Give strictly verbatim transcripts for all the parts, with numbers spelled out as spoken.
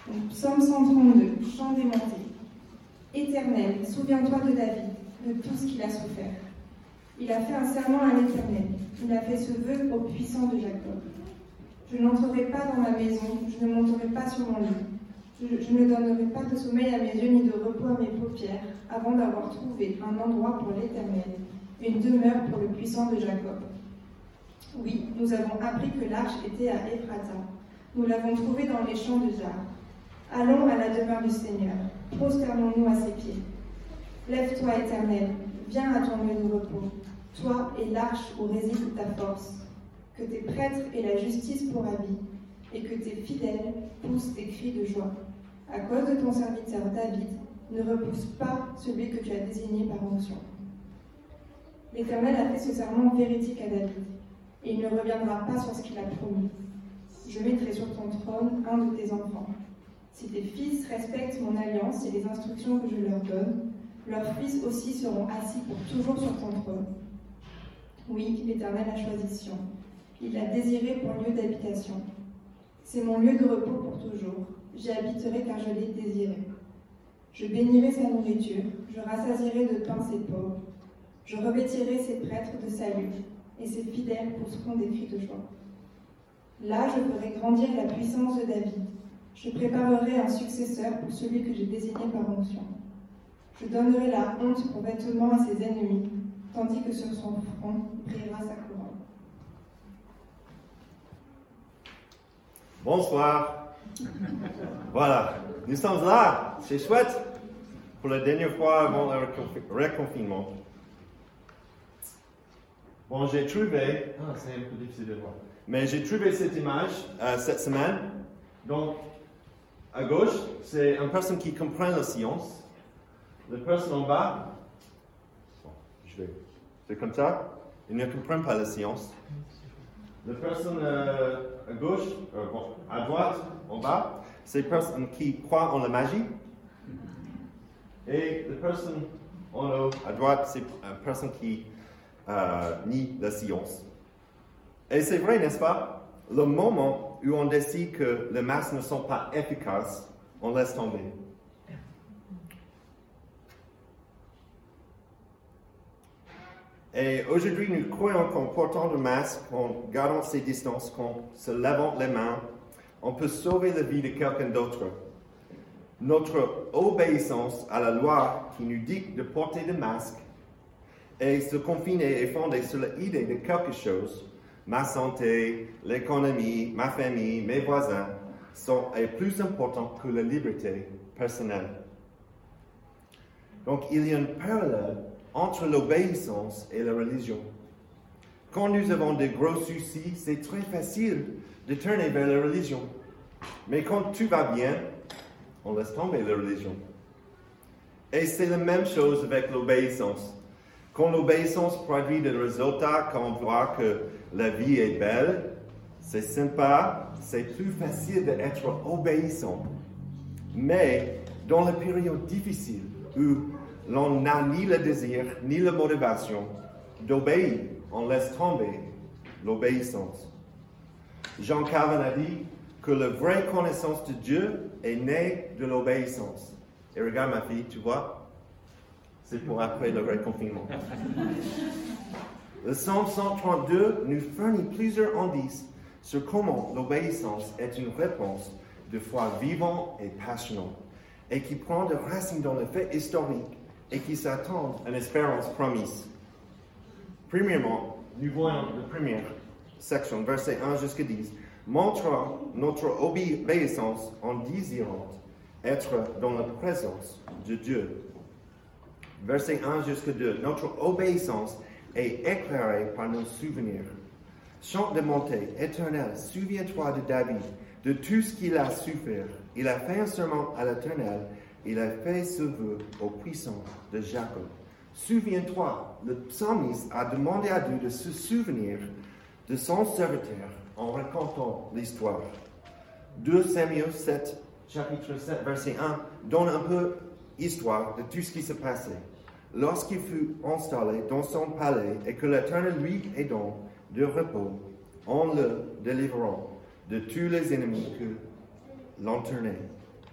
Donc, Psaume cent trente-deux, chant des montées. Éternel, souviens-toi de David, de tout ce qu'il a souffert. Il a fait un serment à l'Éternel. Il a fait ce vœu au puissant de Jacob. Je n'entrerai pas dans ma maison, je ne monterai pas sur mon lit. Je, je ne donnerai pas de sommeil à mes yeux ni de repos à mes paupières, avant d'avoir trouvé un endroit pour l'Éternel, une demeure pour le puissant de Jacob. Oui, nous avons appris que l'arche était à Ephrata. Nous l'avons trouvée dans les champs de Jar. Allons à la demeure du Seigneur. Prosternons-nous à ses pieds. Lève-toi, Éternel, viens à ton lieu de repos, toi et l'arche où réside ta force. Que tes prêtres aient la justice pour avis, et que tes fidèles poussent des cris de joie. À cause de ton serviteur David, ne repousse pas celui que tu as désigné par onction. L'Éternel a fait ce serment véridique à David, et il ne reviendra pas sur ce qu'il a promis. Je mettrai sur ton trône un de tes enfants. Si tes fils respectent mon alliance et les instructions que je leur donne, leurs fils aussi seront assis pour toujours sur ton trône. Oui, l'Éternel a choisi Sion. Il l'a désiré pour lieu d'habitation. C'est mon lieu de repos pour toujours. J'y habiterai car je l'ai désiré. Je bénirai sa nourriture, je rassasierai de pain ses pauvres. Je revêtirai ses prêtres de salut, et ses fidèles pousseront des cris de joie. Là, je ferai grandir la puissance de David. Je préparerai un successeur pour celui que j'ai désigné par onction. Je donnerai la honte pour vêtement à ses ennemis, tandis que sur son front brillera sa couronne. Bonsoir. Voilà, nous sommes là, c'est chouette, pour la dernière fois avant le reconfinement. Bon, j'ai trouvé, ah, c'est un peu difficile de voir, mais j'ai trouvé cette image euh, cette semaine. Donc, à gauche, c'est une personne qui comprend la science. La personne en bas, bon, je vais, c'est comme ça, il ne comprend pas la science. La personne euh, à gauche, euh, bon, à droite, en bas, c'est la personne qui croit en la magie. Et la personne en haut, à droite, c'est la personne qui euh, nie la science. Et c'est vrai, n'est-ce pas? Le moment où on décide que les masques ne sont pas efficaces, on laisse tomber. Et aujourd'hui, nous croyons qu'en portant le masque, en gardant ses distances, qu'en se lavant les mains, on peut sauver la vie de quelqu'un d'autre. Notre obéissance à la loi qui nous dit de porter le masque et se confiner est fondée sur l'idée de quelque chose. Ma santé, l'économie, ma famille, mes voisins sont est plus important que la liberté personnelle. Donc, il y a un parallèle entre l'obéissance et la religion. Quand nous avons de gros soucis, c'est très facile de tourner vers la religion. Mais quand tout va bien, on laisse tomber la religion. Et c'est la même chose avec l'obéissance. Quand l'obéissance produit des résultats, quand on voit que la vie est belle, c'est sympa, c'est plus facile d'être obéissant. Mais dans la période difficile où l'on n'a ni le désir, ni la motivation d'obéir, on laisse tomber l'obéissance. Jean Calvin a dit que la vraie connaissance de Dieu est née de l'obéissance. Et regarde ma fille, tu vois? C'est pour après le reconfinement. Le Psaume cent trente-deux nous fournit plusieurs indices sur comment l'obéissance est une réponse de foi vivante et passionnante, et qui prend des racines dans les faits historiques et qui s'attend à une espérance promise. Premièrement, nous voyons la première section, verset un jusqu'à dix, montrant notre obéissance en désirant être dans la présence de Dieu. Verset un jusqu'à deux, notre obéissance est éclairée par nos souvenirs. Chant de montée, Éternel, souviens-toi de David, de tout ce qu'il a souffert. Il a fait un serment à l'Éternel, il a fait ce vœu au puissant de Jacob. Souviens-toi, le psalmiste a demandé à Dieu de se souvenir de son serviteur en racontant l'histoire. deux Samuel sept, chapitre sept, verset un, donne un peu histoire de tout ce qui s'est passé. Lorsqu'il fut installé dans son palais et que l'Éternel lui ait donné de repos, en le délivrant de tous les ennemis que l'entouraient.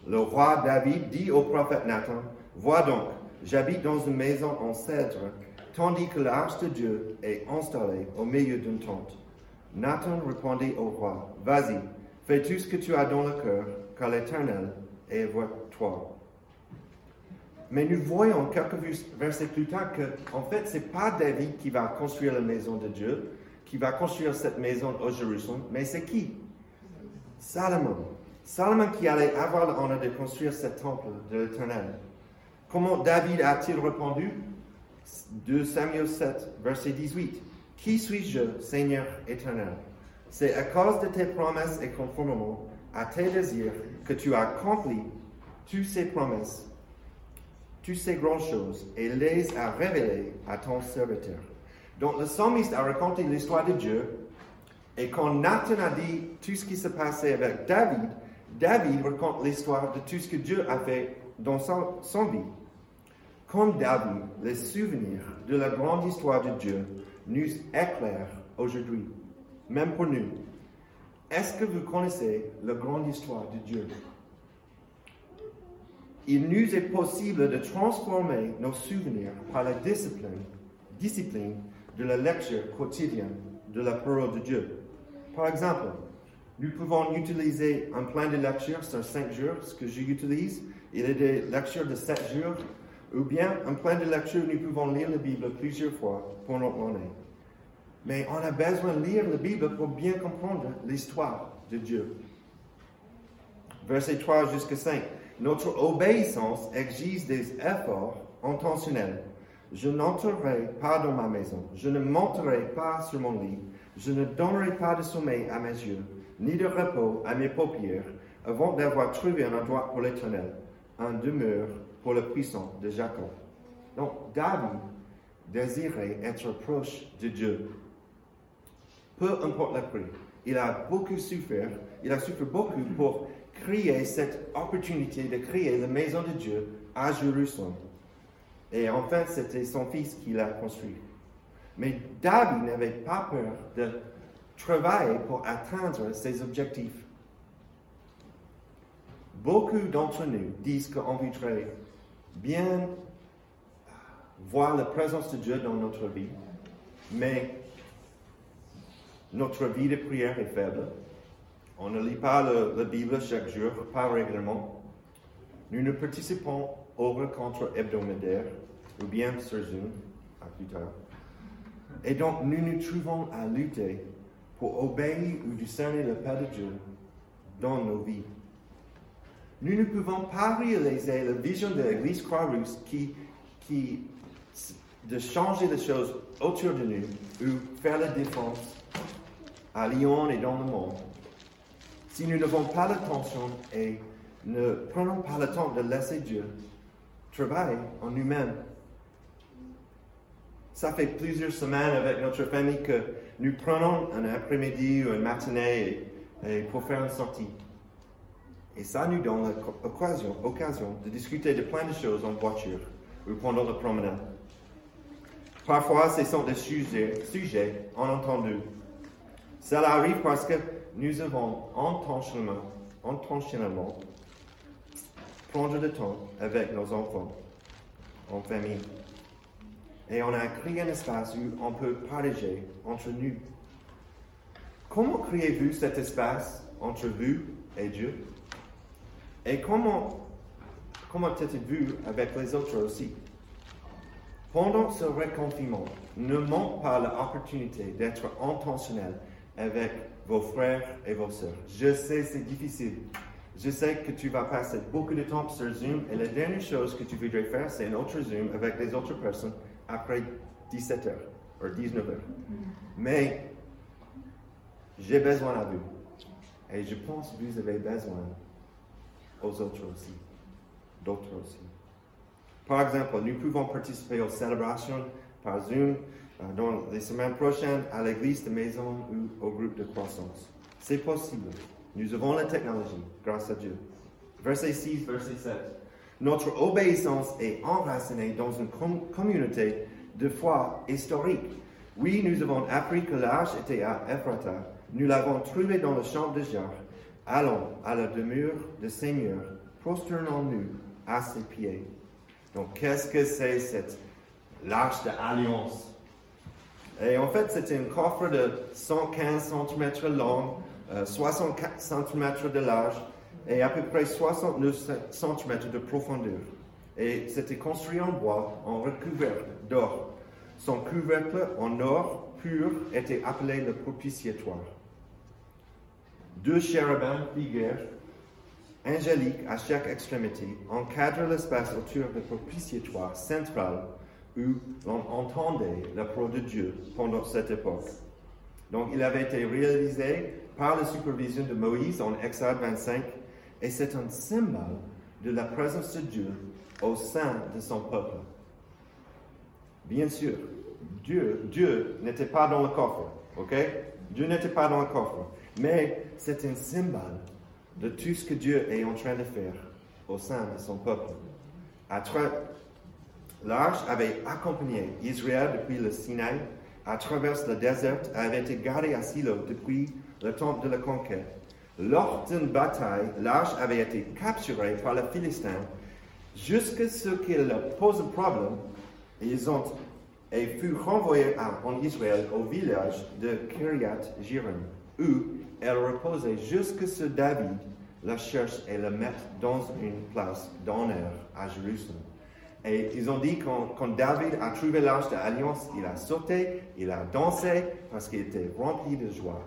Le roi David dit au prophète Nathan, « Vois donc, j'habite dans une maison en cèdre, tandis que l'arche de Dieu est installée au milieu d'une tente. » Nathan répondit au roi, « Vas-y, fais tout ce que tu as dans le cœur, car l'Éternel est avec toi. » Mais nous voyons quelques versets plus tard que, en fait, ce n'est pas David qui va construire la maison de Dieu, qui va construire cette maison au Jérusalem, mais c'est qui? Salomon. Salomon qui allait avoir l'honneur de construire ce temple de l'Éternel. Comment David a-t-il répondu? deux Samuel sept, verset dix-huit. « Qui suis-je, Seigneur éternel? C'est à cause de tes promesses et conformément à tes désirs que tu as accompli toutes ces promesses, toutes ces grandes choses, et les as révélées à ton serviteur. » Donc le psalmiste a raconté l'histoire de Dieu, et quand Nathan a dit tout ce qui s'est passé avec David, David raconte l'histoire de tout ce que Dieu a fait dans son, son vie. Comme David, les souvenirs de la grande histoire de Dieu nous éclairent aujourd'hui, même pour nous. Est-ce que vous connaissez la grande histoire de Dieu? Il nous est possible de transformer nos souvenirs par la discipline, discipline de la lecture quotidienne de la parole de Dieu. Par exemple, nous pouvons utiliser un plan de lecture sur cinq jours, ce que j'utilise. Il y a des lectures de sept jours, ou bien un plan de lecture, nous pouvons lire la Bible plusieurs fois pendant l'année. Mais on a besoin de lire la Bible pour bien comprendre l'histoire de Dieu. Verset trois jusqu'à cinq. Notre obéissance exige des efforts intentionnels. Je n'entrerai pas dans ma maison, je ne monterai pas sur mon lit, je ne donnerai pas de sommeil à mes yeux, ni de repos à mes paupières, avant d'avoir trouvé un endroit pour l'Éternel, un demeure pour le puissant de Jacob. Donc, David désirait être proche de Dieu. Peu importe le prix, il a beaucoup souffert, il a souffert beaucoup pour créer cette opportunité de créer la maison de Dieu à Jérusalem. Et en fait, c'était son fils qui l'a construit. Mais David n'avait pas peur de travailler pour atteindre ses objectifs. Beaucoup d'entre nous disent qu'on voudrait bien voir la présence de Dieu dans notre vie, mais notre vie de prière est faible. On ne lit pas le, la Bible chaque jour, pas régulièrement. Nous ne participons aux rencontres hebdomadaires, ou bien sur Zoom, à plus tard. Et donc, nous nous trouvons à lutter pour obéir ou discerner le pas de Dieu dans nos vies. Nous ne pouvons pas réaliser la vision de l'Église Croix-Rousse qui, qui, de changer les choses autour de nous ou faire la différence à Lyon et dans le monde si nous n'avons pas l'attention et ne prenons pas le temps de laisser Dieu travailler en nous-mêmes. Ça fait plusieurs semaines avec notre famille que nous prenons un après-midi ou une matinée et, et pour faire une sortie. Et ça nous donne l'occasion occasion de discuter de plein de choses en voiture ou pendant la promenade. Parfois, ce sont des sujets, sujets entendus. Cela arrive parce que nous avons intentionnellement, intentionnellement prendre du temps avec nos enfants, en famille. Et on a créé un espace où on peut partager entre nous. Comment créez-vous cet espace entre vous et Dieu? Et comment, comment êtes-vous avec les autres aussi? Pendant ce reconfinement, ne manque pas l'opportunité d'être intentionnel avec vos frères et vos sœurs. Je sais, c'est difficile. Je sais que tu vas passer beaucoup de temps sur Zoom et la dernière chose que tu voudrais faire, c'est un autre Zoom avec les autres personnes après dix-sept heures ou dix-neuf heures. Mais j'ai besoin à vous. Et je pense que vous avez besoin aux autres aussi, d'autres aussi. Par exemple, nous pouvons participer aux célébrations par Zoom dans les semaines prochaines à l'église de maison ou au groupe de croissance. C'est possible. Nous avons la technologie, grâce à Dieu. Verset six, verset sept. Notre obéissance est enracinée dans une com- communauté de foi historique. Oui, nous avons appris que l'arche était à Ephrata. Nous l'avons trouvé dans le champ de Jar. Allons à la demeure du Seigneur prosternons-nous à ses pieds. Donc, qu'est-ce que c'est cette l'arche de l'Alliance? Et en fait, c'était un coffre de cent quinze centimètres long, euh, soixante-quatre centimètres de large et à peu près soixante-neuf centimètres de profondeur. Et c'était construit en bois, en recouvert d'or. Son couvercle en or pur était appelé le propitiatoire. Deux chérubins figures angéliques à chaque extrémité encadrent l'espace autour du propitiatoire central où l'on entendait la parole de Dieu pendant cette époque. Donc, il avait été réalisé par la supervision de Moïse en Exode vingt-cinq, et c'est un symbole de la présence de Dieu au sein de son peuple. Bien sûr, Dieu, Dieu n'était pas dans le coffre, ok? Dieu n'était pas dans le coffre, mais c'est un symbole de tout ce que Dieu est en train de faire au sein de son peuple. À tra- L'arche avait accompagné Israël depuis le Sinaï à travers le désert, avait été gardée à Silo depuis le temps de la conquête. Lors d'une bataille, l'arche avait été capturée par les Philistins jusqu'à ce qu'ils posent un problème. Ils ont et fut renvoyée en Israël au village de Kiriath Jearim, où elle reposait jusqu'à ce que David la cherche et la mette dans une place d'honneur à Jérusalem. Et ils ont dit que quand, quand David a trouvé l'arche de l'Alliance, il a sauté, il a dansé parce qu'il était rempli de joie.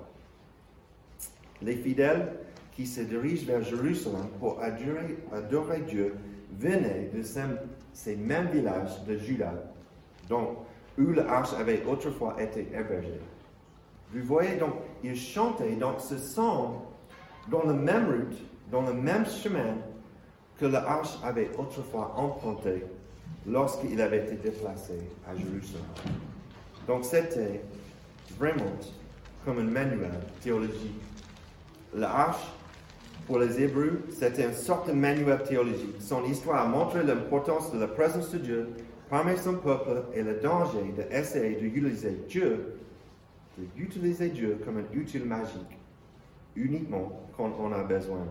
Les fidèles qui se dirigent vers Jérusalem pour adorer, adorer Dieu venaient de ces, ces mêmes villages de Juda, donc, où l'arche avait autrefois été hébergée. Vous voyez, donc, ils chantaient, donc ce sont dans la même route, dans le même chemin que l'arche avait autrefois emprunté lorsqu'il avait été déplacé à Jérusalem. Donc, c'était vraiment comme un manuel théologique. L'arche, pour les Hébreux, c'était une sorte de manuel théologique. Son histoire a montré l'importance de la présence de Dieu parmi son peuple et le danger d'essayer d'utiliser Dieu, d'utiliser Dieu comme un outil magique, uniquement quand on a besoin.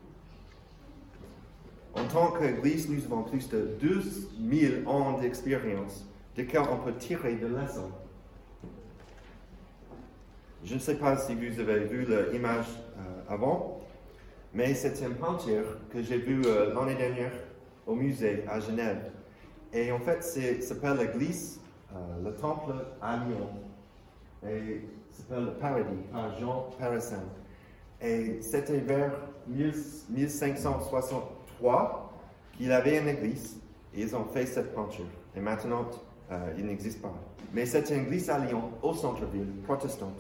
En tant qu'Église, nous avons plus de douze mille ans d'expérience, desquels on peut tirer des leçons. Je ne sais pas si vous avez vu l'image euh, avant, mais c'est une peinture que j'ai vue euh, l'année dernière au musée à Genève. Et en fait, ça s'appelle l'église, euh, le temple à Lyon. Et ça s'appelle le Paradis par Jean Parissin. Et c'était vers mille cinq cent soixante-trois qu'il avait une église. Et ils ont fait cette peinture. Et maintenant, euh, il n'existe pas. Mais c'est une église à Lyon, au centre-ville, protestante.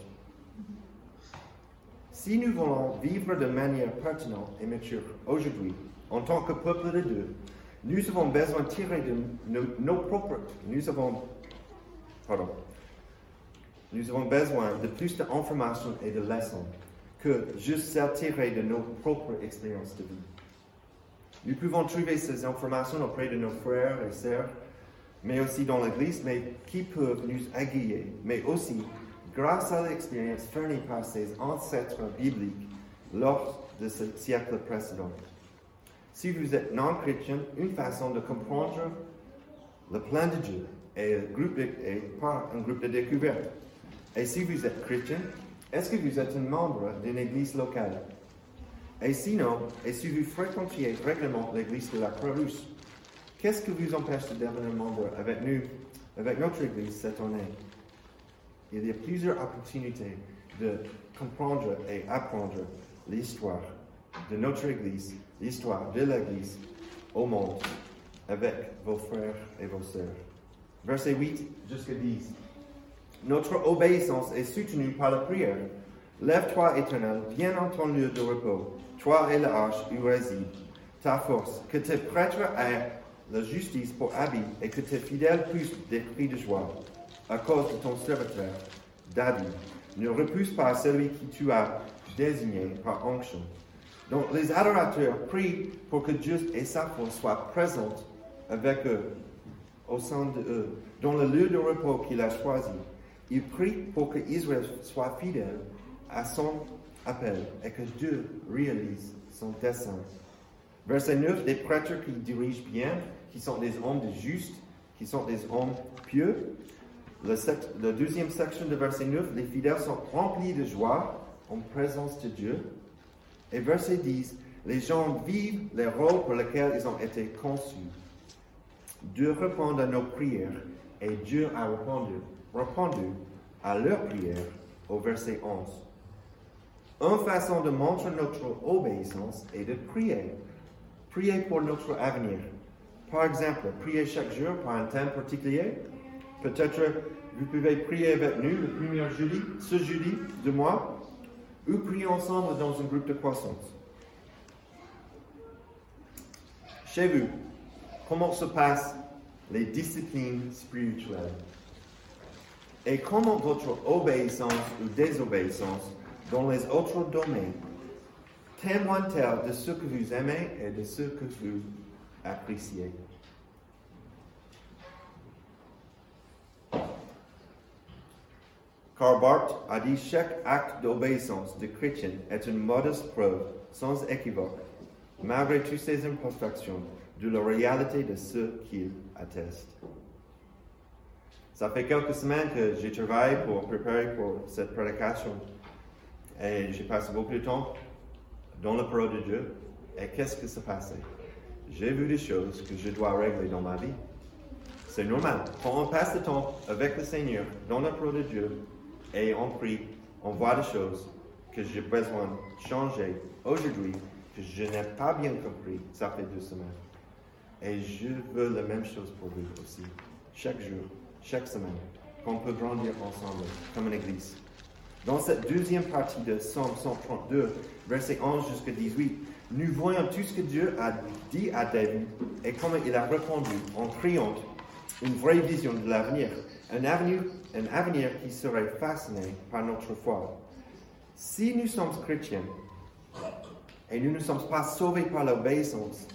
Si nous voulons vivre de manière pertinente et mature aujourd'hui, en tant que peuple de Dieu, nous avons besoin de tirer de nos, nos propres, nous avons, pardon, nous avons besoin de plus d'informations et de leçons que juste celles tirées de nos propres expériences de vie. Nous pouvons trouver ces informations auprès de nos frères et sœurs, mais aussi dans l'Église, mais qui peuvent nous aiguiller, mais aussi grâce à l'expérience fournie par ces ancêtres bibliques lors de ce siècle précédent. Si vous êtes non-chrétien, une façon de comprendre le plan de Dieu est, le groupe de, est par un groupe de découverte. Et si vous êtes chrétien, est-ce que vous êtes un membre d'une église locale? Et sinon, et si vous fréquentiez régulièrement l'église de la Croix-Rousse, qu'est-ce qui vous empêche de devenir membre avec nous, avec notre église cette année? Il y a plusieurs opportunités de comprendre et apprendre l'histoire de notre Église, l'histoire de l'Église au monde, avec vos frères et vos sœurs. Verset huit jusqu'à dix. Notre obéissance est soutenue par la prière. Lève-toi, Éternel, viens en ton lieu de repos, toi et l'arche où réside ta force, que tes prêtres aient la justice pour habit et que tes fidèles poussent des cris de joie à cause de ton serviteur, David. Ne repousse pas celui qui tu as désigné par onction. Donc, les adorateurs prient pour que Dieu et sa force soient présents avec eux, au sein de eux, dans le lieu de repos qu'il a choisi. Ils prient pour que Israël soit fidèle à son appel et que Dieu réalise son dessein. Verset neuf, des prêtres qui dirigent bien, qui sont des hommes de justes, qui sont des hommes pieux. Le sec- la deuxième section de verset neuf, les fidèles sont remplis de joie en présence de Dieu. Et verset dix, les gens vivent les rôles pour lesquels ils ont été conçus. Dieu répond à nos prières et Dieu a répondu, répondu à leurs prières au verset onze. Une façon de montrer notre obéissance est de prier. Prier pour notre avenir. Par exemple, prier chaque jour par un thème particulier. Peut-être vous pouvez prier avec nous le premier jeudi, ce jeudi de mois, ou prier ensemble dans un groupe de croissance. Chez vous, comment se passent les disciplines spirituelles? Et comment votre obéissance ou désobéissance dans les autres domaines témoigne-t-elle de ce que vous aimez et de ce que vous appréciez? Karl Barth a dit: chaque acte d'obéissance de chrétien est une modeste preuve, sans équivoque, malgré toutes ses imperfections, de la réalité de ce qu'il atteste. Ça fait quelques semaines que j'ai travaillé pour préparer pour cette prédication et j'ai passé beaucoup de temps dans la parole de Dieu. Et qu'est-ce qui s'est passé? J'ai vu des choses que je dois régler dans ma vie. C'est normal. Quand on passe le temps avec le Seigneur dans la parole de Dieu et on prie, on voit des choses que j'ai besoin de changer aujourd'hui, que je n'ai pas bien compris. Ça fait deux semaines. Et je veux la même chose pour vous aussi. Chaque jour, chaque semaine, qu'on peut grandir ensemble comme une église. Dans cette deuxième partie de Psaume cent trente-deux, versets onze jusqu'à dix-huit, nous voyons tout ce que Dieu a dit à David et comment il a répondu en criant une vraie vision de l'avenir, un avenir, un avenir qui serait façonné par notre foi. Si nous sommes chrétiens et nous ne sommes pas sauvés par l'obéissance,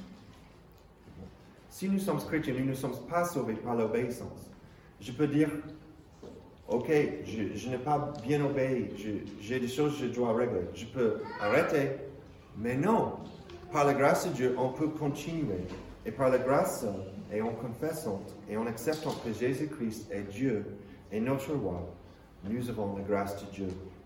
si nous sommes chrétiens, nous ne sommes pas sauvés par l'obéissance, je peux dire, ok, je, je n'ai pas bien obéi, je, j'ai des choses que je dois régler, je peux arrêter, mais non, par la grâce de Dieu, on peut continuer, et par la grâce seule, et en confessant, et en acceptant que Jésus-Christ est Dieu et notre roi, nous avons la grâce de Dieu.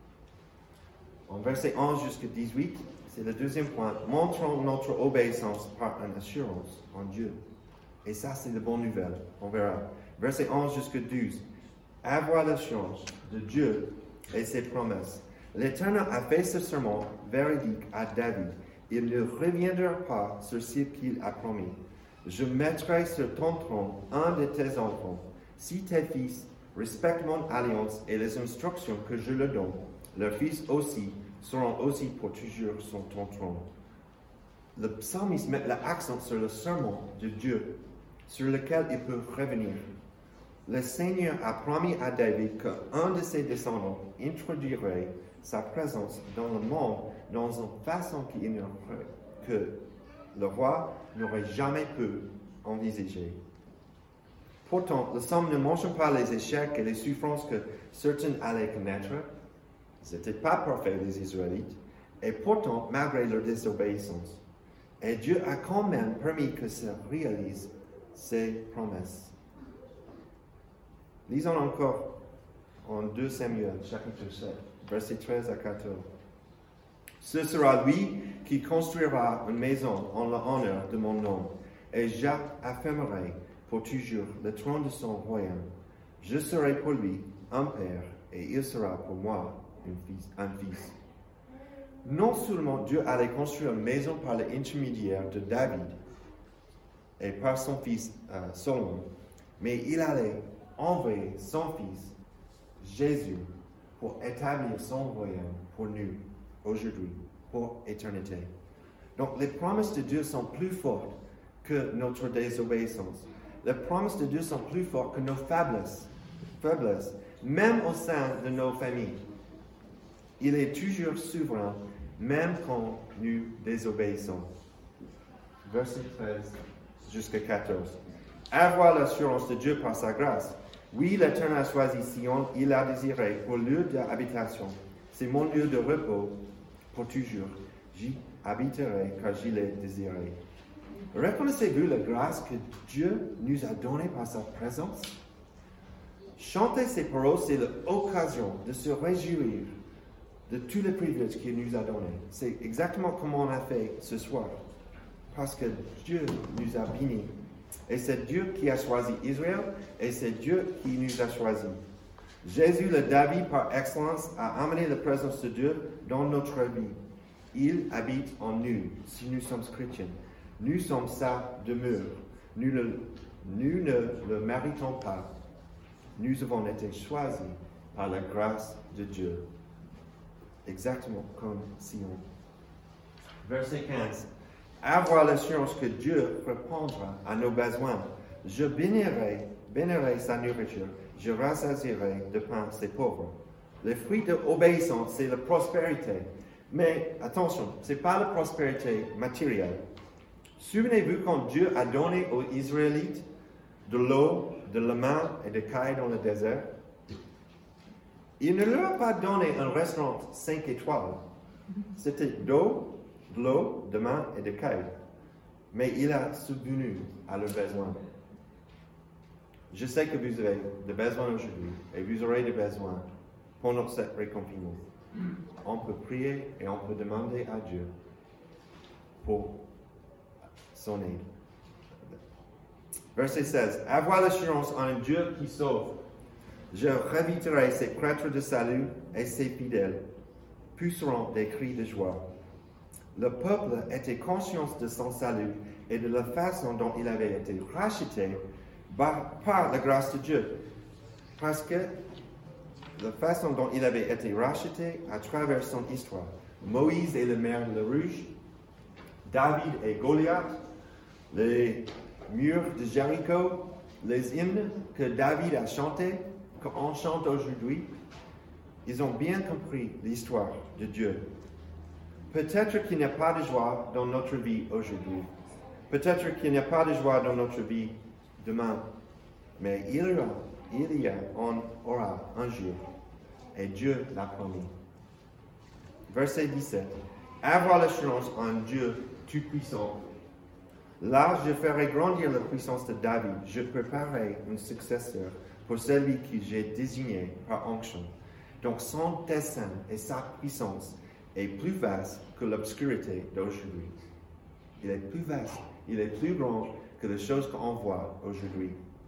En verset onze jusqu'à dix-huit, c'est le deuxième point, montrons notre obéissance par une assurance en Dieu. Et ça, c'est la bonne nouvelle. On verra. Verset onze jusqu'à douze. Avoir l'assurance de Dieu et ses promesses. L'Éternel a fait ce serment véridique à David. Il ne reviendra pas sur ce qu'il a promis. Je mettrai sur ton trône un de tes enfants. Si tes fils respectent mon alliance et les instructions que je leur donne, leurs fils aussi seront aussi pour toujours sur ton trône. Le psalmiste met l'accent sur le serment de Dieu, sur lequel il peut revenir. Le Seigneur a promis à David qu'un de ses descendants introduirait sa présence dans le monde dans une façon que le roi n'aurait jamais pu envisager. Pourtant, le psaume ne mentionne pas les échecs et les souffrances que certains allaient connaître. Ils n'étaient pas parfaits, les Israélites, et pourtant, malgré leur désobéissance. Et Dieu a quand même permis que se réalisent ses promesses. Lisons encore en deux Samuel, chapitre sept, versets treize à quatorze. Ce sera lui qui construira une maison en l'honneur de mon nom, et j'affirmerai pour toujours le trône de son royaume. Je serai pour lui un père, et il sera pour moi un fils. Un fils. Non seulement Dieu allait construire une maison par l'intermédiaire de David et par son fils euh, Solomon, mais il allait envoyer son fils, Jésus, pour établir son royaume pour nous, aujourd'hui, pour l'éternité. Donc, les promesses de Dieu sont plus fortes que notre désobéissance. Les promesses de Dieu sont plus fortes que nos faiblesses, faiblesses, même au sein de nos familles. Il est toujours souverain, même quand nous désobéissons. Verset treize jusqu'à quatorze. Avoir l'assurance de Dieu par sa grâce. Oui, l'Éternel a choisi Sion, il a désiré pour lieu d'habitation. C'est mon lieu de repos pour toujours. J'y habiterai car j'y l'ai désiré. Reconnaissez-vous la grâce que Dieu nous a donnée par sa présence? Chanter ces paroles, c'est l'occasion de se réjouir de tous les privilèges qu'il nous a donnés. C'est exactement comme on a fait ce soir. Parce que Dieu nous a bénis. Et c'est Dieu qui a choisi Israël, et c'est Dieu qui nous a choisis. Jésus, le David par excellence, a amené la présence de Dieu dans notre vie. Il habite en nous, si nous sommes chrétiens. Nous sommes sa demeure. Nous, le, nous ne le méritons pas. Nous avons été choisis par la grâce de Dieu. Exactement comme Sion. Verset quinze. Avoir l'assurance que Dieu répondra à nos besoins. Je bénirai, bénirai sa nourriture. Je rassasierai de pain ses pauvres. Le fruit de l'obéissance, c'est la prospérité. Mais attention, ce n'est pas la prospérité matérielle. Souvenez-vous quand Dieu a donné aux Israélites de l'eau, de la main et des cailles dans le désert. Il ne leur a pas donné un restaurant cinq étoiles. C'était d'eau, de l'eau, de main et de cailles. Mais il a subvenu à leurs besoins. Je sais que vous avez des besoins aujourd'hui et vous aurez des besoins pendant cette reconfinement. On peut prier et on peut demander à Dieu pour son aide. Verset seize. Avoir l'assurance en un Dieu qui sauve. Je réviterai ses prêtres de salut et ses fidèles pousseront des cris de joie. Le peuple était conscient de son salut et de la façon dont il avait été racheté par, par la grâce de Dieu. Parce que la façon dont il avait été racheté à travers son histoire. Moïse et la mer de la Rouge, David et Goliath, les murs de Jéricho, les hymnes que David a chantés, qu'on chante aujourd'hui, ils ont bien compris l'histoire de Dieu. Peut-être qu'il n'y a pas de joie dans notre vie aujourd'hui. Peut-être qu'il n'y a pas de joie dans notre vie demain. Mais il y aura, il y a, on aura un jour. Et Dieu l'a promis. Verset dix-sept. Avoir l'assurance en Dieu tout-puissant. Là, je ferai grandir la puissance de David. Je préparerai un successeur pour celui que j'ai désigné par onction. Donc son dessein et sa puissance est plus vaste que l'obscurité d'aujourd'hui. Il est plus vaste, il est plus grand que les choses qu'on voit aujourd'hui.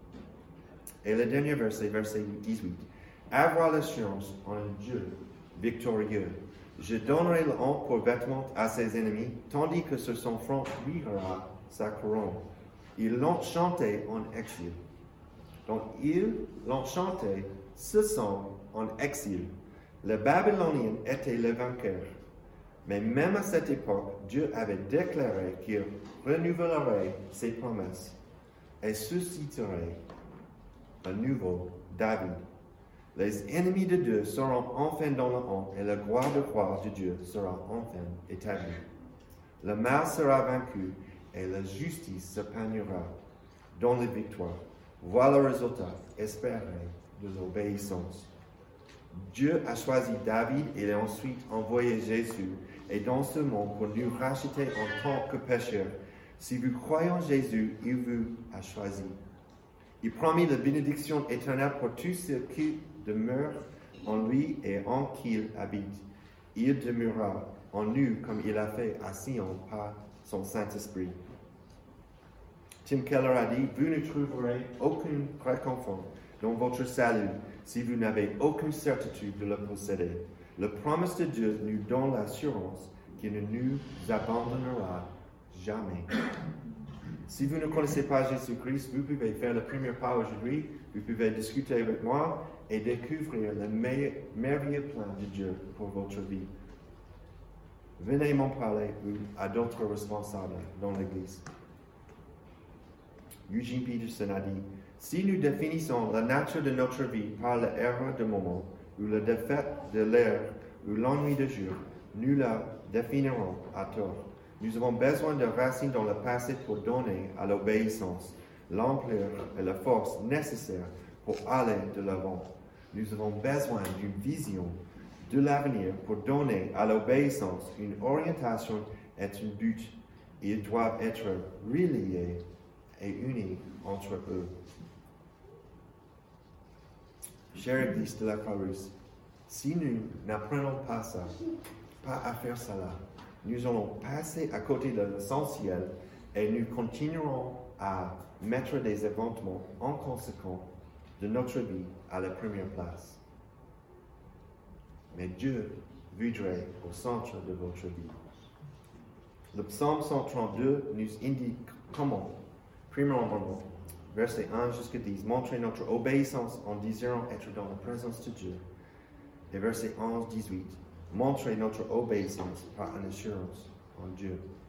Et le dernier verset, verset dix-huit. Avoir l'assurance en un Dieu victorieux. Je donnerai la honte pour vêtement à ses ennemis, tandis que sur son front brillera sa couronne. Ils l'ont chanté en exil. Donc, ils l'ont chanté ce son en exil. Les Babyloniens étaient les vainqueurs. Mais même à cette époque, Dieu avait déclaré qu'il renouvellerait ses promesses et susciterait un nouveau David. Les ennemis de Dieu seront enfin dans la honte et la gloire de gloire de Dieu sera enfin établie. Le mal sera vaincu et la justice se peignera dans les victoires. Voilà le résultat espéré de l'obéissance. Dieu a choisi David et a ensuite envoyé Jésus et dans ce monde pour nous racheter en tant que pécheurs. Si vous croyez en Jésus, il vous a choisi. Il promet la bénédiction éternelle pour tous ceux qui demeurent en lui et en qui il habite. Il demeurera en nous comme il a fait à Sion par son Saint-Esprit. Tim Keller a dit, vous ne trouverez aucun réconfort dans votre salut si vous n'avez aucune certitude de le posséder. La promesse de Dieu nous donne l'assurance qu'il ne nous abandonnera jamais. Si vous ne connaissez pas Jésus-Christ, vous pouvez faire le premier pas aujourd'hui, vous pouvez discuter avec moi et découvrir le merveilleux plan de Dieu pour votre vie. Venez m'en parler ou à d'autres responsables dans l'Église. Eugene Peterson a dit, si nous définissons la nature de notre vie par l'erreur de moment, ou la défaite de l'air, ou l'ennui de jour, nous la définirons à tort. Nous avons besoin de racines dans le passé pour donner à l'obéissance l'ampleur et la force nécessaires pour aller de l'avant. Nous avons besoin d'une vision de l'avenir pour donner à l'obéissance une orientation et un but. Ils doivent être reliés et unis entre eux. Chère Église de la Croix-Rousse, si nous n'apprenons pas ça, pas à faire cela, nous allons passer à côté de l'essentiel et nous continuerons à mettre des événements inconséquents de notre vie à la première place. Mais Dieu voudrait au centre de votre vie. Le psaume cent trente-deux nous indique comment, premièrement, verset un jusqu'à dix, montrer notre obéissance en désirant être dans la présence de Dieu. Et verset onze à dix-huit, montrer notre obéissance par une assurance en Dieu.